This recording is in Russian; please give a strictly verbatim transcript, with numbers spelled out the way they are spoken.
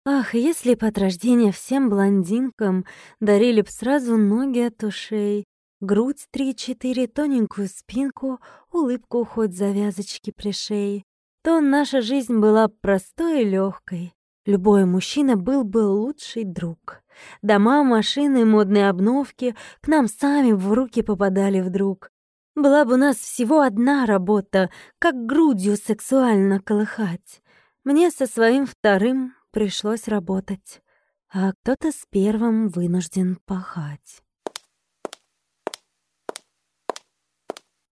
Ах, если б от рождения всем блондинкам дарили б сразу ноги от ушей, грудь три-четыре, тоненькую спинку, улыбку хоть завязочки пришей, то наша жизнь была б простой и легкой. Любой мужчина был бы лучший друг. Дома, машины, модные обновки к нам сами в руки попадали вдруг. Была бы у нас всего одна работа, как грудью сексуально колыхать. Мне со своим вторым пришлось работать, а кто-то с первым вынужден пахать.